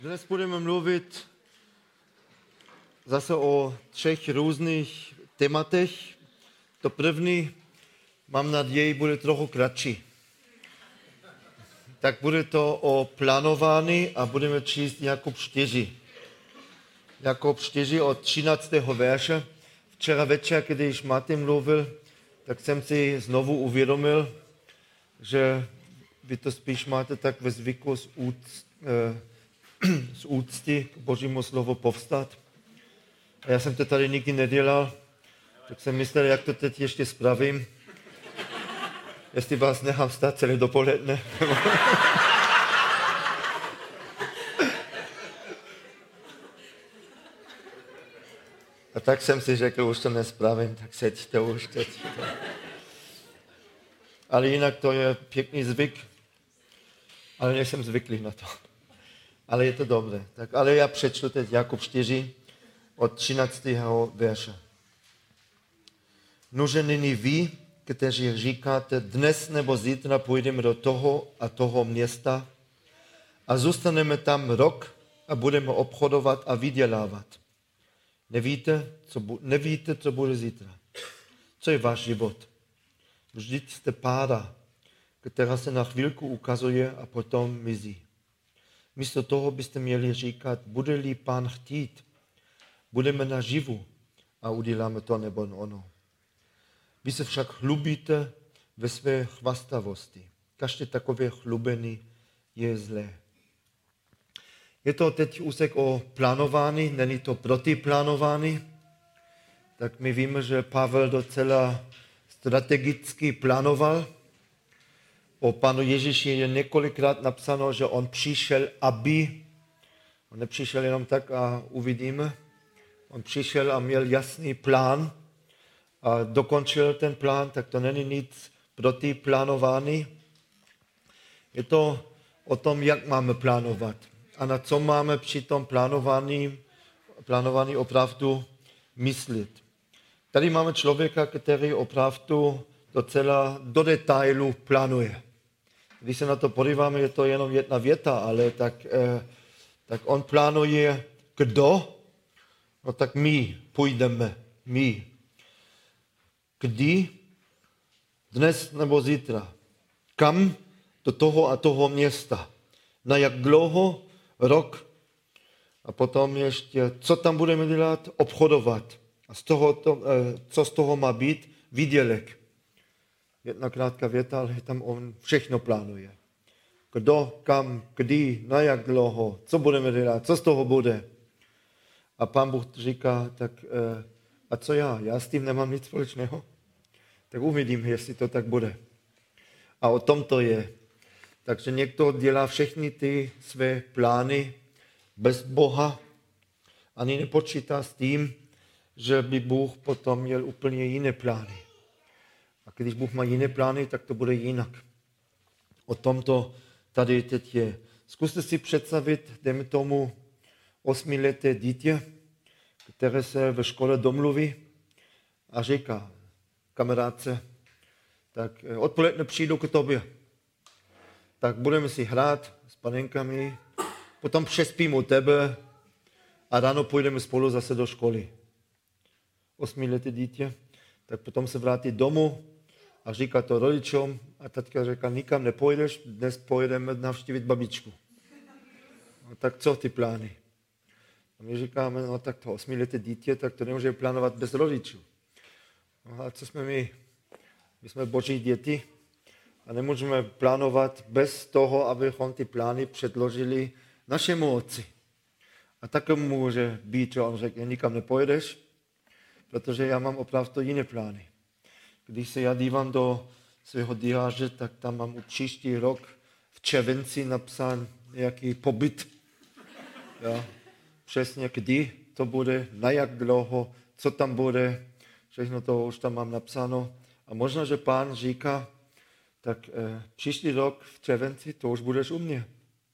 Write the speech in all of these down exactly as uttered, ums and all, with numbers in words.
Dnes budeme mluvit zase o třech různých tématech. To první, mám naději, bude trochu kratší. Tak bude to o plánování a budeme číst Jakub čtyři. Jakub čtyři od třináctého verše. Včera večer, když Martin mluvil, tak jsem si znovu uvědomil, že vy to spíš máte tak ve zvyku z, úct, eh, z úcty k Božímu slovu povstat. A já jsem to tady nikdy nedělal, tak jsem myslel, jak to teď ještě spravím. Jestli vás nechám stát celé dopoledne. A tak jsem si řekl, už to nespravím, tak seďte už teď. Ale jinak to je pěkný zvyk, ale nejsem zvyklý na to. Ale je to dobré. Tak, ale já přečtu teď Jakub čtyři od třináctého verše. Nuže nyní vy, kteří říkáte, dnes nebo zítra půjdeme do toho a toho města a zůstaneme tam rok a budeme obchodovat a vydělávat. Nevíte, co, bu- nevíte, co bude zítra. Co je váš život? Vždyť jste pára, která se na chvilku ukazuje a potom mizí. Místo toho byste měli říkat, bude-li Pán chtít, budeme naživu a uděláme to nebo ono. Vy se však chlubíte ve své chvastavosti. Každé takové chlubení je zlé. Je to teď úsek o plánování, není to proti plánování. Tak my víme, že Pavel docela strategicky plánoval. O Pánu Ježíši je několikrát napsáno, že on přišel, aby, on nepřišel jenom tak a uvidíme, on přišel a měl jasný plán a dokončil ten plán, tak to není nic proti plánování. Je to o tom, jak máme plánovat a na co máme při tom plánování, plánování opravdu myslet. Tady máme člověka, který opravdu docela do detailu plánuje. Když se na to podíváme, je to jenom jedna věta, ale tak, eh, tak on plánuje kdo? No tak my půjdeme, my. Kdy? Dnes nebo zítra. Kam? Do toho a toho města. Na jak dlouho? Rok. A potom ještě, co tam budeme dělat? Obchodovat. A z toho to, eh, co z toho má být? Výdělek. Jedna krátká věta, ale tam on všechno plánuje. Kdo, kam, kdy, na jak dlouho, co budeme dělat, co z toho bude. A Pán Bůh říká, tak eh, a co já? Já s tím nemám nic společného. Tak uvidím, jestli to tak bude. A o tom to je. Takže někdo dělá všechny ty své plány bez Boha, ani nepočítá s tím, že by Bůh potom měl úplně jiné plány. A když Bůh má jiné plány, tak to bude jinak. O tom to tady teď je. Zkuste si představit, dejme tomu, osmileté dítě, které se ve škole domluví a říká kamarádce, tak odpoledne přijdu k tobě. Tak budeme si hrát s panenkami, potom přespím u tebe a ráno půjdeme spolu zase do školy. Osmileté dítě, tak potom se vrátí domů a říká to rodičům a taťka říká, nikam nepojdeš, dnes pojedeme navštívit babičku. No tak co ty plány? A my říkáme, no tak to osmileté dítě, tak to nemůže plánovat bez rodičů. No a co jsme my? My jsme boží děti a nemůžeme plánovat bez toho, abychom ty plány předložili našemu otci. A tak může být, že on řekne, nikam nepojedeš, protože já mám opravdu jiné plány. Když se já dívám do svého diáře, tak tam mám u příští rok v červenci napsán nějaký pobyt. Ja, přesně kdy to bude, na jak dlouho, co tam bude, všechno to už tam mám napsáno. A možná, že Pán říká, tak eh, příští rok v červenci to už budeš u mě.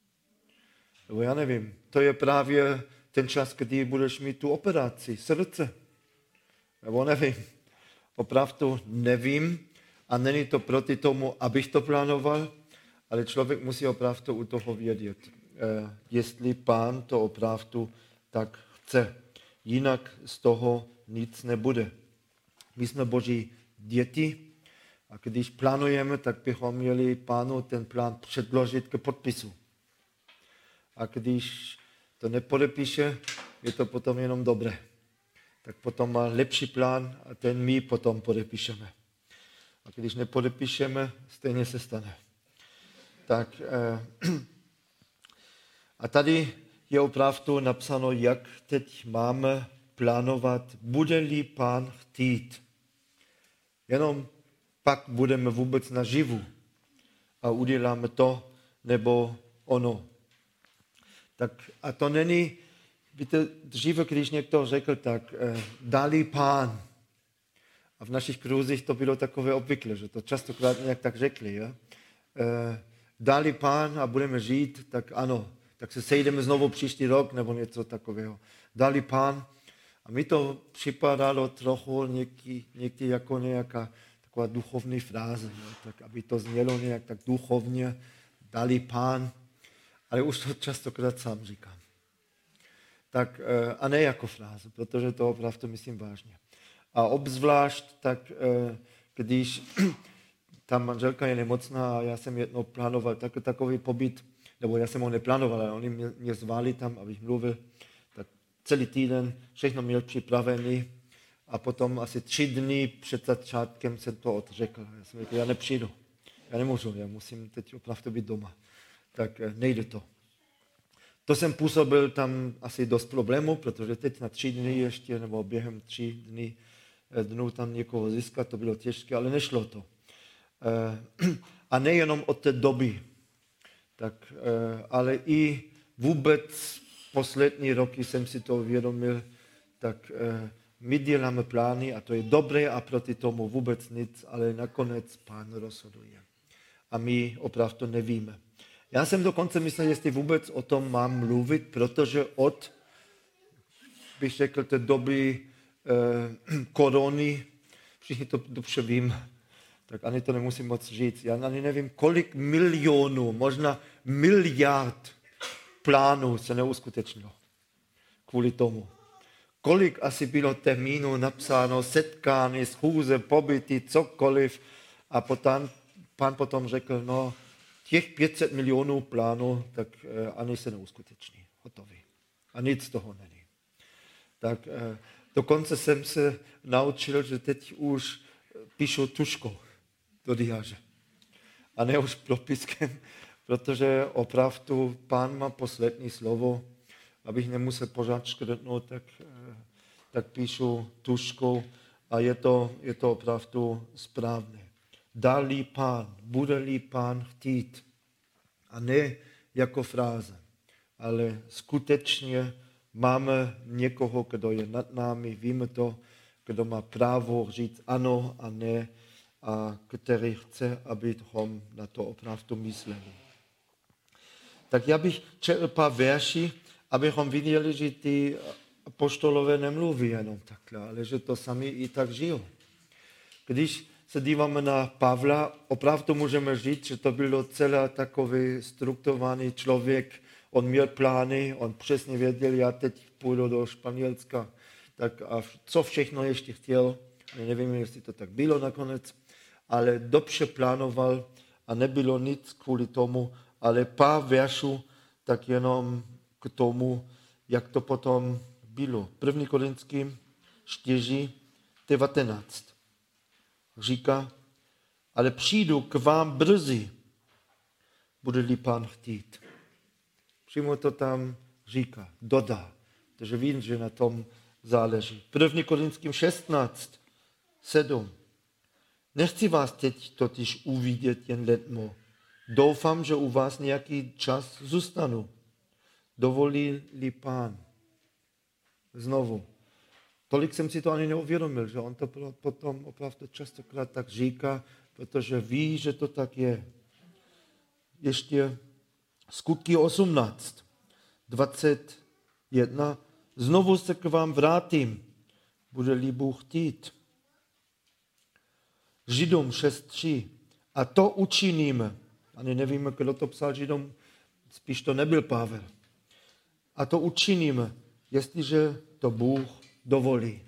Nebo já nevím, to je právě ten čas, kdy budeš mít tu operaci srdce. Nebo nevím, opravdu nevím a není to proti tomu, abych to plánoval, ale člověk musí opravdu u toho vědět. jestli Pán to opravdu tak chce. Jinak z toho nic nebude. My jsme Boží děti a když plánujeme, tak bychom měli Pánu ten plán předložit k podpisu. A když to nepodepíše, je to potom jenom dobré. Tak potom má lepší plán a ten my potom podepíšeme. A když nepodepíšeme, stejně se stane. Tak, a tady je opravdu napsáno, jak teď máme plánovat, bude-li Pán chtít. Jenom pak budeme vůbec naživu a uděláme to nebo ono. Tak a to není, víte, dříve, když někdo řekl tak, eh, dali Pán. A v našich kruzích to bylo takové obvykle, že to častokrát nějak tak řekli. Je? Eh, dali Pán a budeme žít, tak ano, tak se sejdeme znovu příští rok nebo něco takového. Dali Pán. A mi to připadalo trochu někdy, někdy jako nějaká taková duchovní fráze, ne? Tak aby to znělo nějak tak duchovně, dali Pán. Ale už to častokrát sám říkám. Tak, a ne jako fráze, protože to opravdu myslím vážně. A obzvlášť tak, když ta manželka je nemocná a já jsem jednou plánoval tak, takový pobyt, nebo já jsem ho neplánoval, ale oni mě, mě zvali tam, abych mluvil, tak celý týden všechno měl připravený a potom asi tři dny před začátkem jsem to odřekl. Já jsem řekl, já nepřijdu, já nemůžu, já musím teď opravdu být doma. Tak nejde to. To jsem působil tam asi dost problémů, protože teď na tři dny ještě, nebo během tři dny, dnů tam někoho získat, to bylo těžké, ale nešlo to. A nejenom od té doby, tak, ale i vůbec poslední roky jsem si to uvědomil, tak my děláme plány a to je dobré a proti tomu vůbec nic, ale nakonec Pán rozhoduje. A my opravdu nevíme. Já jsem dokonce myslel, jestli vůbec o tom mám mluvit, protože od, bych řekl, té doby eh, korony, všichni to dobře vím, tak ani to nemusím moc říct. Já ani nevím, kolik milionů, možná miliard plánů se neuskutečnilo kvůli tomu. Kolik asi bylo termínů napsáno, setkání, schůze, pobyty, cokoliv. A potom, Pán potom řekl, no, těch pět set milionů plánů, tak eh, ani se neuskuteční. Hotový. A nic z toho není. Tak eh, dokonce jsem se naučil, že teď už píšu tuškou do diáře. A ne už propiskem, protože opravdu Pán má poslední slovo, abych nemusel pořád škrtnout, tak, eh, tak píšu tuškou a je to, je to opravdu správné. Dá-li Pán, bude-li Pán chtít. A ne jako fráze, ale skutečně máme někoho, kdo je nad námi, víme to, kdo má právo říct ano a ne a který chce, abychom na to opravdu mysleli. Tak já bych četl pár verší, abychom viděli, že ty apoštolové nemluví jenom takhle, ale že to sami i tak žijou. Když se díváme na Pavla, opravdu můžeme říct, že to byl celá takový strukturovaný člověk. On měl plány, on přesně věděl, já teď půjdu do Španělska. Tak a co všechno ještě chtěl, nevím, jestli to tak bylo nakonec, ale dobře plánoval a nebylo nic kvůli tomu, ale pár veršů tak jenom k tomu, jak to potom bylo. první Korinským čtyři devatenáct. Říká, ale přijdu k vám brzy, bude-li Pán chtít. Přímo to tam říká, dodá, takže vím, že na tom záleží. první Korinským šestnáct sedm. Nechci vás teď totiž uvidět jen letmo. Doufám, že u vás nějaký čas zůstanu. Dovolí-li Pán. Znovu. Tolik jsem si to ani neuvědomil, že on to potom opravdu častokrát tak říká, protože ví, že to tak je. Ještě Skutky osmnáct, dvacet jedna. Znovu se k vám vrátím, bude-li Bůh chtít. Židům šest tři. A to učiníme. Ani nevíme, kdo to psal Židům spíš to nebyl Pavel. A to učiníme, jestliže to Bůh dovolí.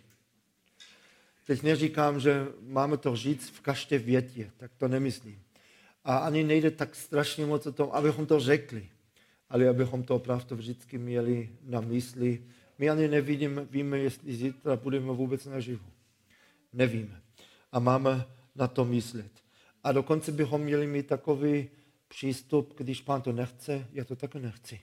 Teď neříkám, že máme to říct v každé větě, tak to nemyslím. A ani nejde tak strašně moc o tom, abychom to řekli, ale abychom to opravdu vždycky měli na mysli. My ani nevidíme, víme, jestli zítra budeme vůbec naživu. Nevíme. A máme na to myslet. A dokonce bychom měli mít takový přístup, když Pán to nechce, já to také nechci.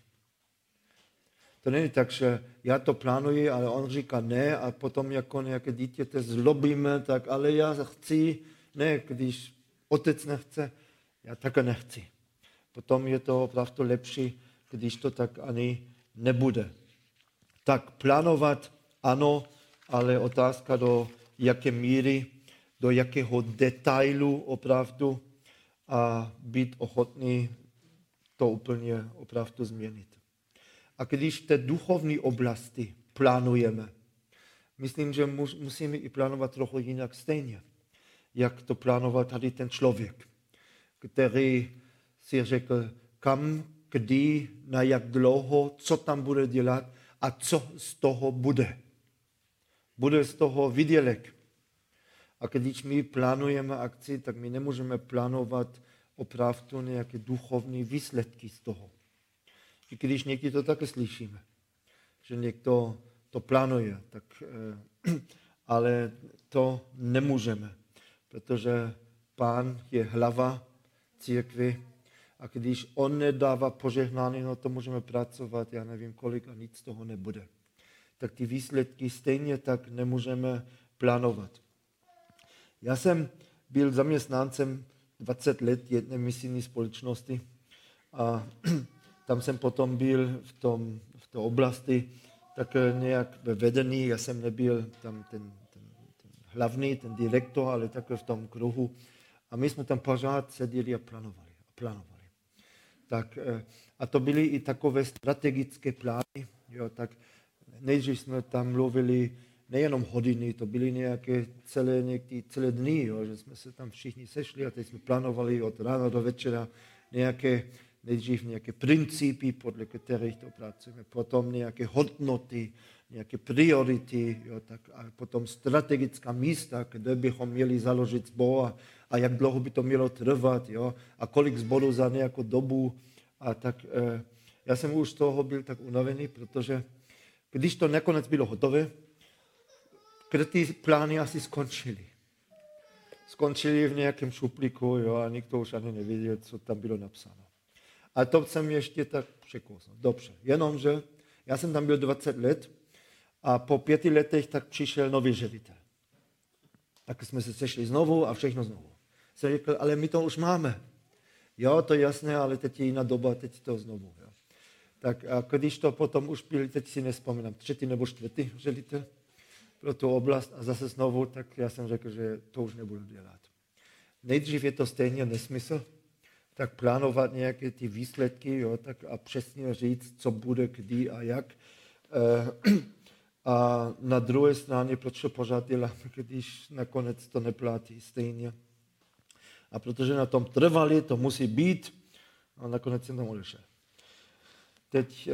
To není tak, že já to plánuji, ale on říká ne a potom jako nějaké dítěte zlobíme, tak ale já chci, ne, když otec nechce, já také nechci. Potom je to opravdu lepší, když to tak ani nebude. Tak plánovat ano, ale otázka do jaké míry, do jakého detailu opravdu a být ochotný to úplně opravdu změnit. A když v té duchovní oblasti plánujeme, myslím, že musíme i plánovat trochu jinak stejně, jak to plánoval tady ten člověk, který si řekl, kam, kdy, na jak dlouho, co tam bude dělat a co z toho bude. Bude z toho výdělek. A když my plánujeme akci, tak my nemůžeme plánovat opravdu nějaké duchovní výsledky z toho. I když někdy to také slyšíme, že někdo to plánuje, tak, eh, ale to nemůžeme, protože Pán je hlava církve a když on nedává požehnání, no to můžeme pracovat, já nevím kolik a nic z toho nebude. Tak ty výsledky stejně tak nemůžeme plánovat. Já jsem byl zaměstnancem dvacet let jedné misijní společnosti a tam jsem potom byl v tom, v té oblasti tak nějak vedený. Já jsem nebyl tam ten, ten, ten hlavní, ten direktor, ale také v tom kruhu. A my jsme tam pořád seděli a plánovali. A, plánovali. Tak, a to byly i takové strategické plány. Jo, tak nejdřív jsme tam mluvili nejenom hodiny, to byly nějaké celé, někdy, celé dny, jo, že jsme se tam všichni sešli a teď jsme plánovali od rána do večera nějaké nejdřív nějaké principy, podle kterých to pracujeme, potom nějaké hodnoty, nějaké priority, jo, tak a potom strategická místa, kde bychom měli založit sbor a, a jak dlouho by to mělo trvat, jo, a kolik sborů za nějakou dobu. A tak e, já jsem už z toho byl tak unavený, protože když to nakonec bylo hotové, kde ty plány asi skončily. Skončily v nějakém šuplíku, jo, a nikdo už ani nevěděl, co tam bylo napsáno. A to jsem ještě tak překousl. Dobře, jenomže já jsem tam byl dvacet let a po pěti letech tak přišel nový ředitel. Tak jsme se sešli znovu a všechno znovu. Jsem řekl, ale my to už máme. Jo, to je jasné, ale teď je jiná doba, teď to znovu. Jo. Tak a když to potom už byl, teď si nespomínám, třetí nebo čtvrtý ředitel pro tu oblast a zase znovu, tak já jsem řekl, že to už nebudu dělat. Nejdřív je to stejně nesmysl, tak plánovat nějaké ty výsledky, jo, tak a přesně říct, co bude, kdy a jak. E, a na druhé straně, proč to pořád děláme, když nakonec to neplatí stejně. A protože na tom trvali, to musí být, a nakonec jsem tam odešel. Teď e,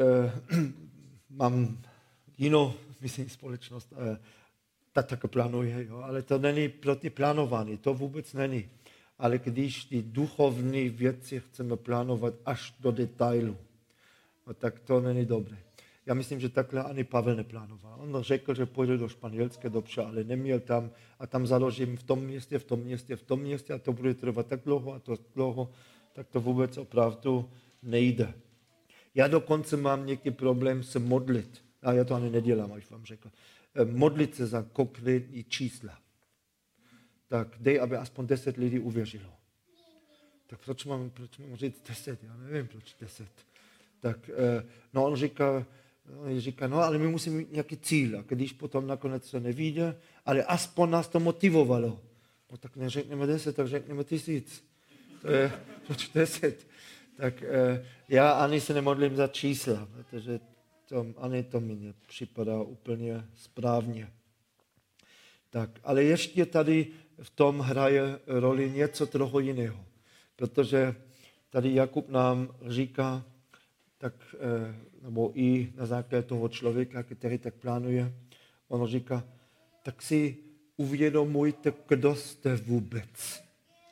mám jinou, myslím, společnost, e, tak také plánuje, jo, ale to není pro ty plánování, to vůbec není. Ale když ty duchovní věci chceme plánovat až do detailu, no tak to není dobré. Já myslím, že takhle ani Pavel neplánoval. On řekl, že půjde do Španělské, dobře, ale neměl tam a tam založím v tom městě, v tom městě, v tom městě a to bude trvat tak dlouho a to dlouho, tak to vůbec opravdu nejde. Já dokonce mám nějaký problém se modlit. A já to ani nedělám, až vám řekl. Modlit se za konkrétní čísla. Tak dej, aby aspoň deset lidí uvěřilo. Tak proč mám, proč mám říct deset? Já nevím, proč deset. Tak no on říká, on říká, no ale my musíme mít nějaký cíl. A když potom nakonec to nevíde, ale aspoň nás to motivovalo. No tak neřekneme deset, tak řekneme tisíc. To je, proč deset? Tak já ani se nemodlím za čísla, protože to, ani to mi nepřipadá úplně správně. Tak, ale ještě tady v tom hraje roli něco trochu jiného. Protože tady Jakub nám říká, tak, nebo i na základě toho člověka, který tak plánuje, on říká, tak si uvědomujte, kdo jste vůbec.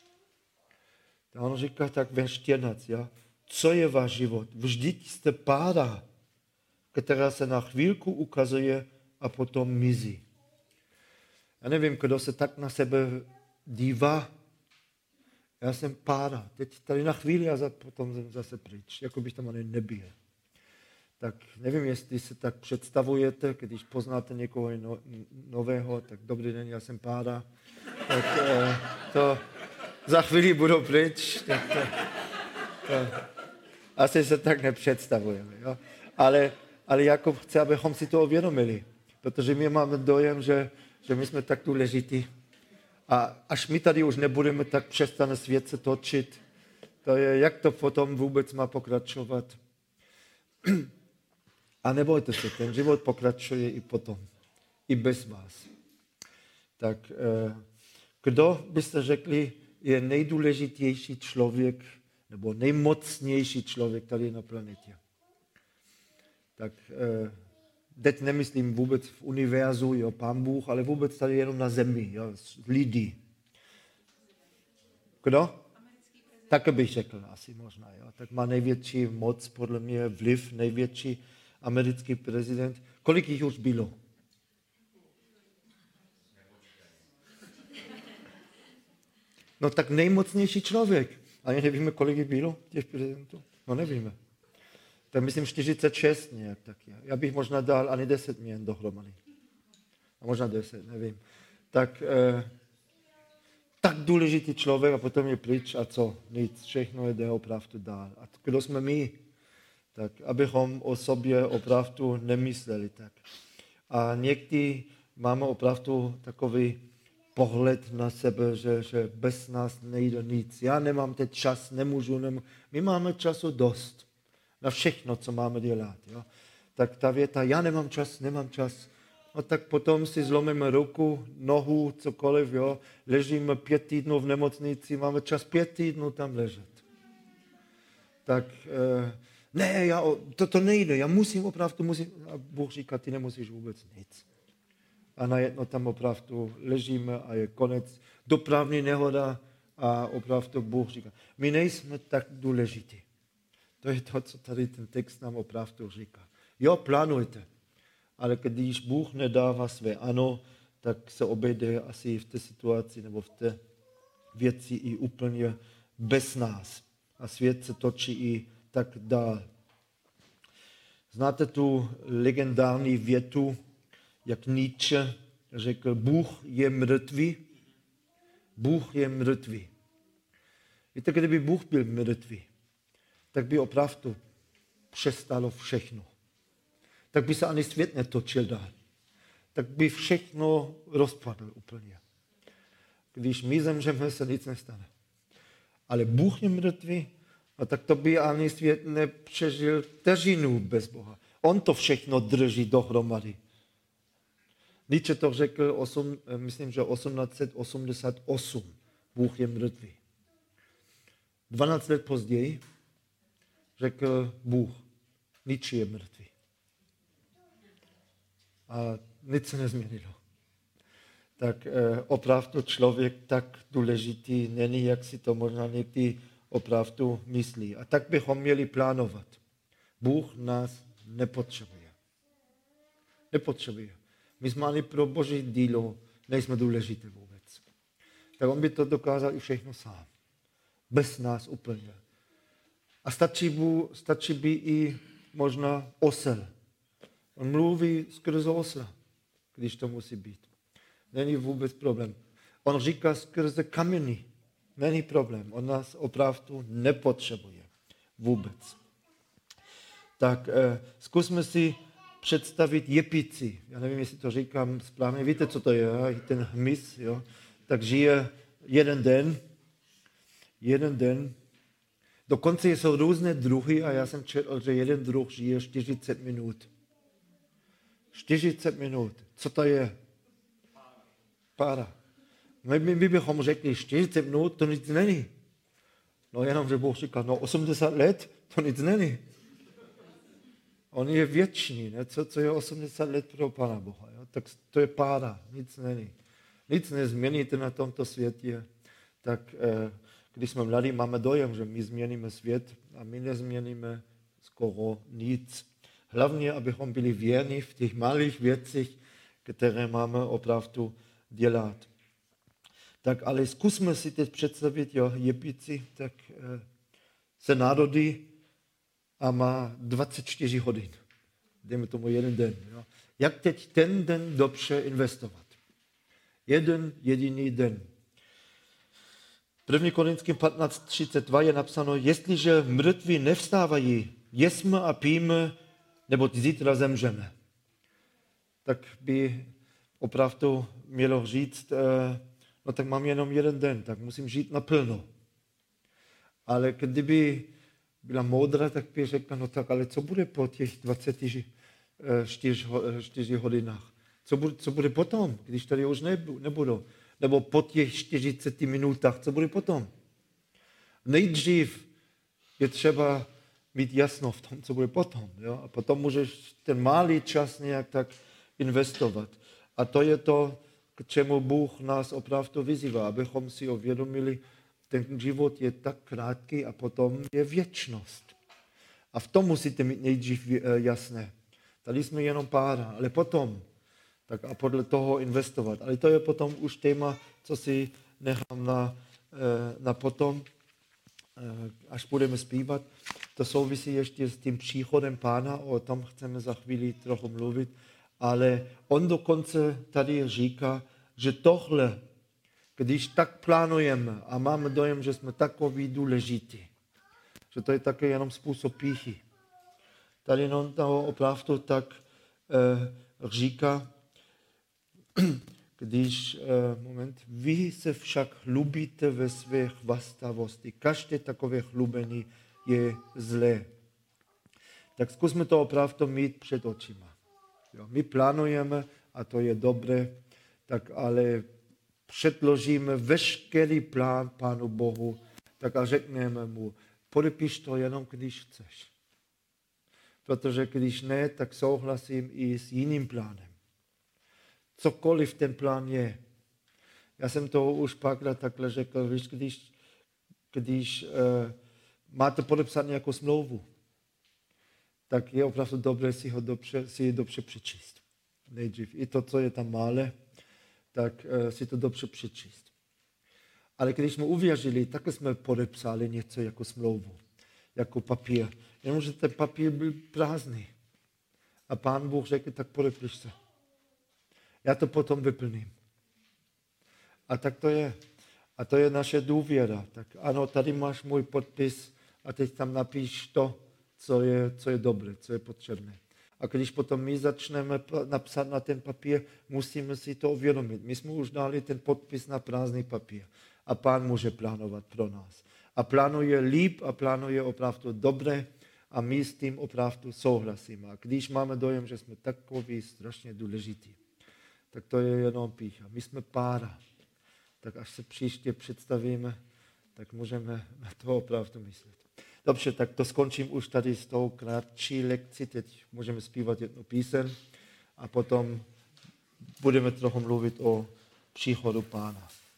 A on říká tak verš čtrnáct, ja? Co je váš život? Vždyť jste pára, která se na chvílku ukazuje a potom mizí. Já nevím, kdo se tak na sebe dívá. Já jsem pára. Teď tady na chvíli a potom jsem zase pryč. Jako bych tam ani nebyl. Tak nevím, jestli se tak představujete, když poznáte někoho no, nového, tak dobrý den, já jsem pára. Tak eh, to za chvíli budu pryč. Tak to, to, asi se tak nepředstavujeme. Jo? Ale, ale Jakub chce, abychom si to uvědomili. Protože my máme dojem, že, že my jsme tak důležití. A až my tady už nebudeme, tak přestane svět se točit. To je, jak to potom vůbec má pokračovat. A nebojte se, ten život pokračuje i potom. I bez vás. Tak kdo byste řekli, je nejdůležitější člověk, nebo nejmocnější člověk tady na planetě? Tak teď nemyslím vůbec v univerzu, jo, Pán Bůh, ale vůbec tady jenom na zemi, jo, lidi. Kdo? Tak bych řekl asi možná. Jo. Tak má největší moc, podle mě vliv, největší americký prezident. Kolik jich už bylo? No tak nejmocnější člověk. Ani nevíme, kolik jich bylo, těch prezidentů. No nevíme. Tak myslím čtyřicet šest nějak tak je. Já bych možná dal ani deset měn dohromady. A možná deset, nevím. Tak, eh, tak důležitý člověk a potom je pryč a co? Nic, všechno jde opravdu dál. A kdo jsme my? Tak, abychom o sobě opravdu nemysleli tak. A někdy máme opravdu takový pohled na sebe, že, že bez nás nejde nic. Já nemám teď čas, nemůžu, nemůžu. My máme času dost na všechno, co máme dělat. Jo? Tak ta věta, já nemám čas, nemám čas, no tak potom si zlomíme ruku, nohu, cokoliv, jo? Ležíme pět týdnů v nemocnici, máme čas pět týdnů tam ležet. Tak eh, ne, já, to, to nejde, já musím opravdu, musím, a Bůh říká, ty nemusíš vůbec nic. A najednou tam opravdu ležíme a je konec, dopravní nehoda a opravdu Bůh říká, my nejsme tak důležití. To je to, co tady ten text nám opravdu říká. Jo, plánujte, ale když Bůh nedává své ano, tak se obejde asi v té situaci nebo v té věci i úplně bez nás. A svět se točí i tak dál. Znáte tu legendární větu, jak Nietzsche řekl, Bůh je mrtvý, Bůh je mrtvý. Víte, kdyby Bůh byl mrtvý, tak by opravdu přestalo všechno. Tak by se ani svět netočil dál. Tak by všechno rozpadlo úplně. Když my zemřeme, se nic nestane. Ale Bůh je mrtvý, a tak to by ani svět nepřežil vteřinu bez Boha. On to všechno drží dohromady. Nietzsche to řekl, osm, myslím, že osmnáct set osmdesát osm. Bůh je mrtvý. dvanáct let později řekl Bůh, Nietzsche je mrtvý. A nic se nezměnilo. Tak eh, opravdu člověk tak důležitý není, jak si to možná někdy opravdu myslí. A tak bychom měli plánovat. Bůh nás nepotřebuje. Nepotřebuje. My jsme ani pro Boží dílo nejsme důležitý vůbec. Tak on by to dokázal i všechno sám. Bez nás úplně. A stačí, bu, stačí by i možná osel. On mluví skrze osla, když to musí být. Není vůbec problém. On říká skrze kameny. Není problém. On nás opravdu nepotřebuje. Vůbec. Tak eh, zkusme si představit jepici. Já nevím, jestli to říkám správně. Víte, co to je? Ten hmyz. Jo? Tak žije jeden den. Jeden den. Dokonce jsou různé druhy a já jsem četl, že jeden druh žije čtyřicet minut. čtyřicet minut. Co to je? Pára. My, my bychom řekli, čtyřicet minut to nic není. No jenom, že Bůh říká, no osmdesát let to nic není. On je věčný, ne? Co, co je osmdesát let pro Pána Boha. Jo? Tak to je pára, nic není. Nic nezměníte na tomto světě. Tak eh, když jsme mladí, máme dojem, že my změníme svět a my nezměníme skoro nic. Hlavně, abychom byli věrní v těch malých věcech, které máme opravdu dělat. Tak ale zkusme si teď představit, jo, Jepici, tak eh, se narodí a má dvacet čtyři hodin. Dejme tomu jeden den. Jo. Jak teď ten den dobře investovat? Jeden jediný den. první Korinským patnáct třicet dva je napsáno, jestliže mrtví nevstávají, jesme a pijeme, nebo zítra zemřeme. Tak by opravdu mělo říct, no tak mám jenom jeden den, tak musím žít naplno. Ale kdyby byla moudrá, tak by řekla, no tak ale co bude po těch dvaceti čtyři hodinách? Co bude, co bude potom, když tady už nebudu? Nebo po těch čtyřiceti minutách, co bude potom? Nejdřív je třeba mít jasno v tom, co bude potom. Jo? A potom můžeš ten malý čas nějak tak investovat. A to je to, k čemu Bůh nás opravdu vyzývá, abychom si uvědomili, ten život je tak krátký a potom je věčnost. A v tom musíte mít nejdřív jasné. Tady jsme jenom pára, ale potom, tak a podle toho investovat. Ale to je potom už téma, co si nechám na, na potom, až budeme zpívat. To souvisí ještě s tím příchodem Pána, o tom chceme za chvíli trochu mluvit, ale on dokonce tady říká, že tohle, když tak plánujeme a máme dojem, že jsme takový důležití, že to je také jenom způsob pýchy. Tady on to opravdu tak eh, říká, když, eh, moment, vy se však chlubíte ve své chvastavosti. Každé takové chlubení je zlé. Tak zkusme to opravdu mít před očima. Jo, my plánujeme a to je dobré, tak ale předložíme veškerý plán Pánu Bohu, tak a řekneme mu, podepiš to jenom, když chceš. Protože když ne, tak souhlasím i s jiným plánem. Cokoliv ten plán je. Já jsem to už párkrát takhle řekl, víš, když, když uh, máte podepsat nějakou smlouvu, tak je opravdu dobré si ho dobře, si ji dobře přečíst. Nejdřív. I to, co je tam malé, tak uh, si to dobře přečíst. Ale když jsme uvěřili, tak jsme podepsali něco jako smlouvu, jako papír. Jenomže ten papír byl prázdný. A Pán Bůh řekl, tak podepiš se. Já to potom vyplním. A tak to je. A to je naše důvěra. Tak ano, tady máš můj podpis a teď tam napíš to, co je, co je dobré, co je potřebné. A když potom my začneme napsat na ten papír, musíme si to uvědomit. My jsme už dali ten podpis na prázdný papír. A Pán může plánovat pro nás. A plánuje líp a plánuje opravdu dobré a my s tím opravdu souhlasíme. A když máme dojem, že jsme takový strašně důležití, tak to je jenom pýcha. My jsme pára. Tak až se příště představíme, tak můžeme na to opravdu myslet. Dobře, tak to skončím už tady s tou krátší lekcí. Teď můžeme zpívat jednu píseň a potom budeme trochu mluvit o příchodu Pána.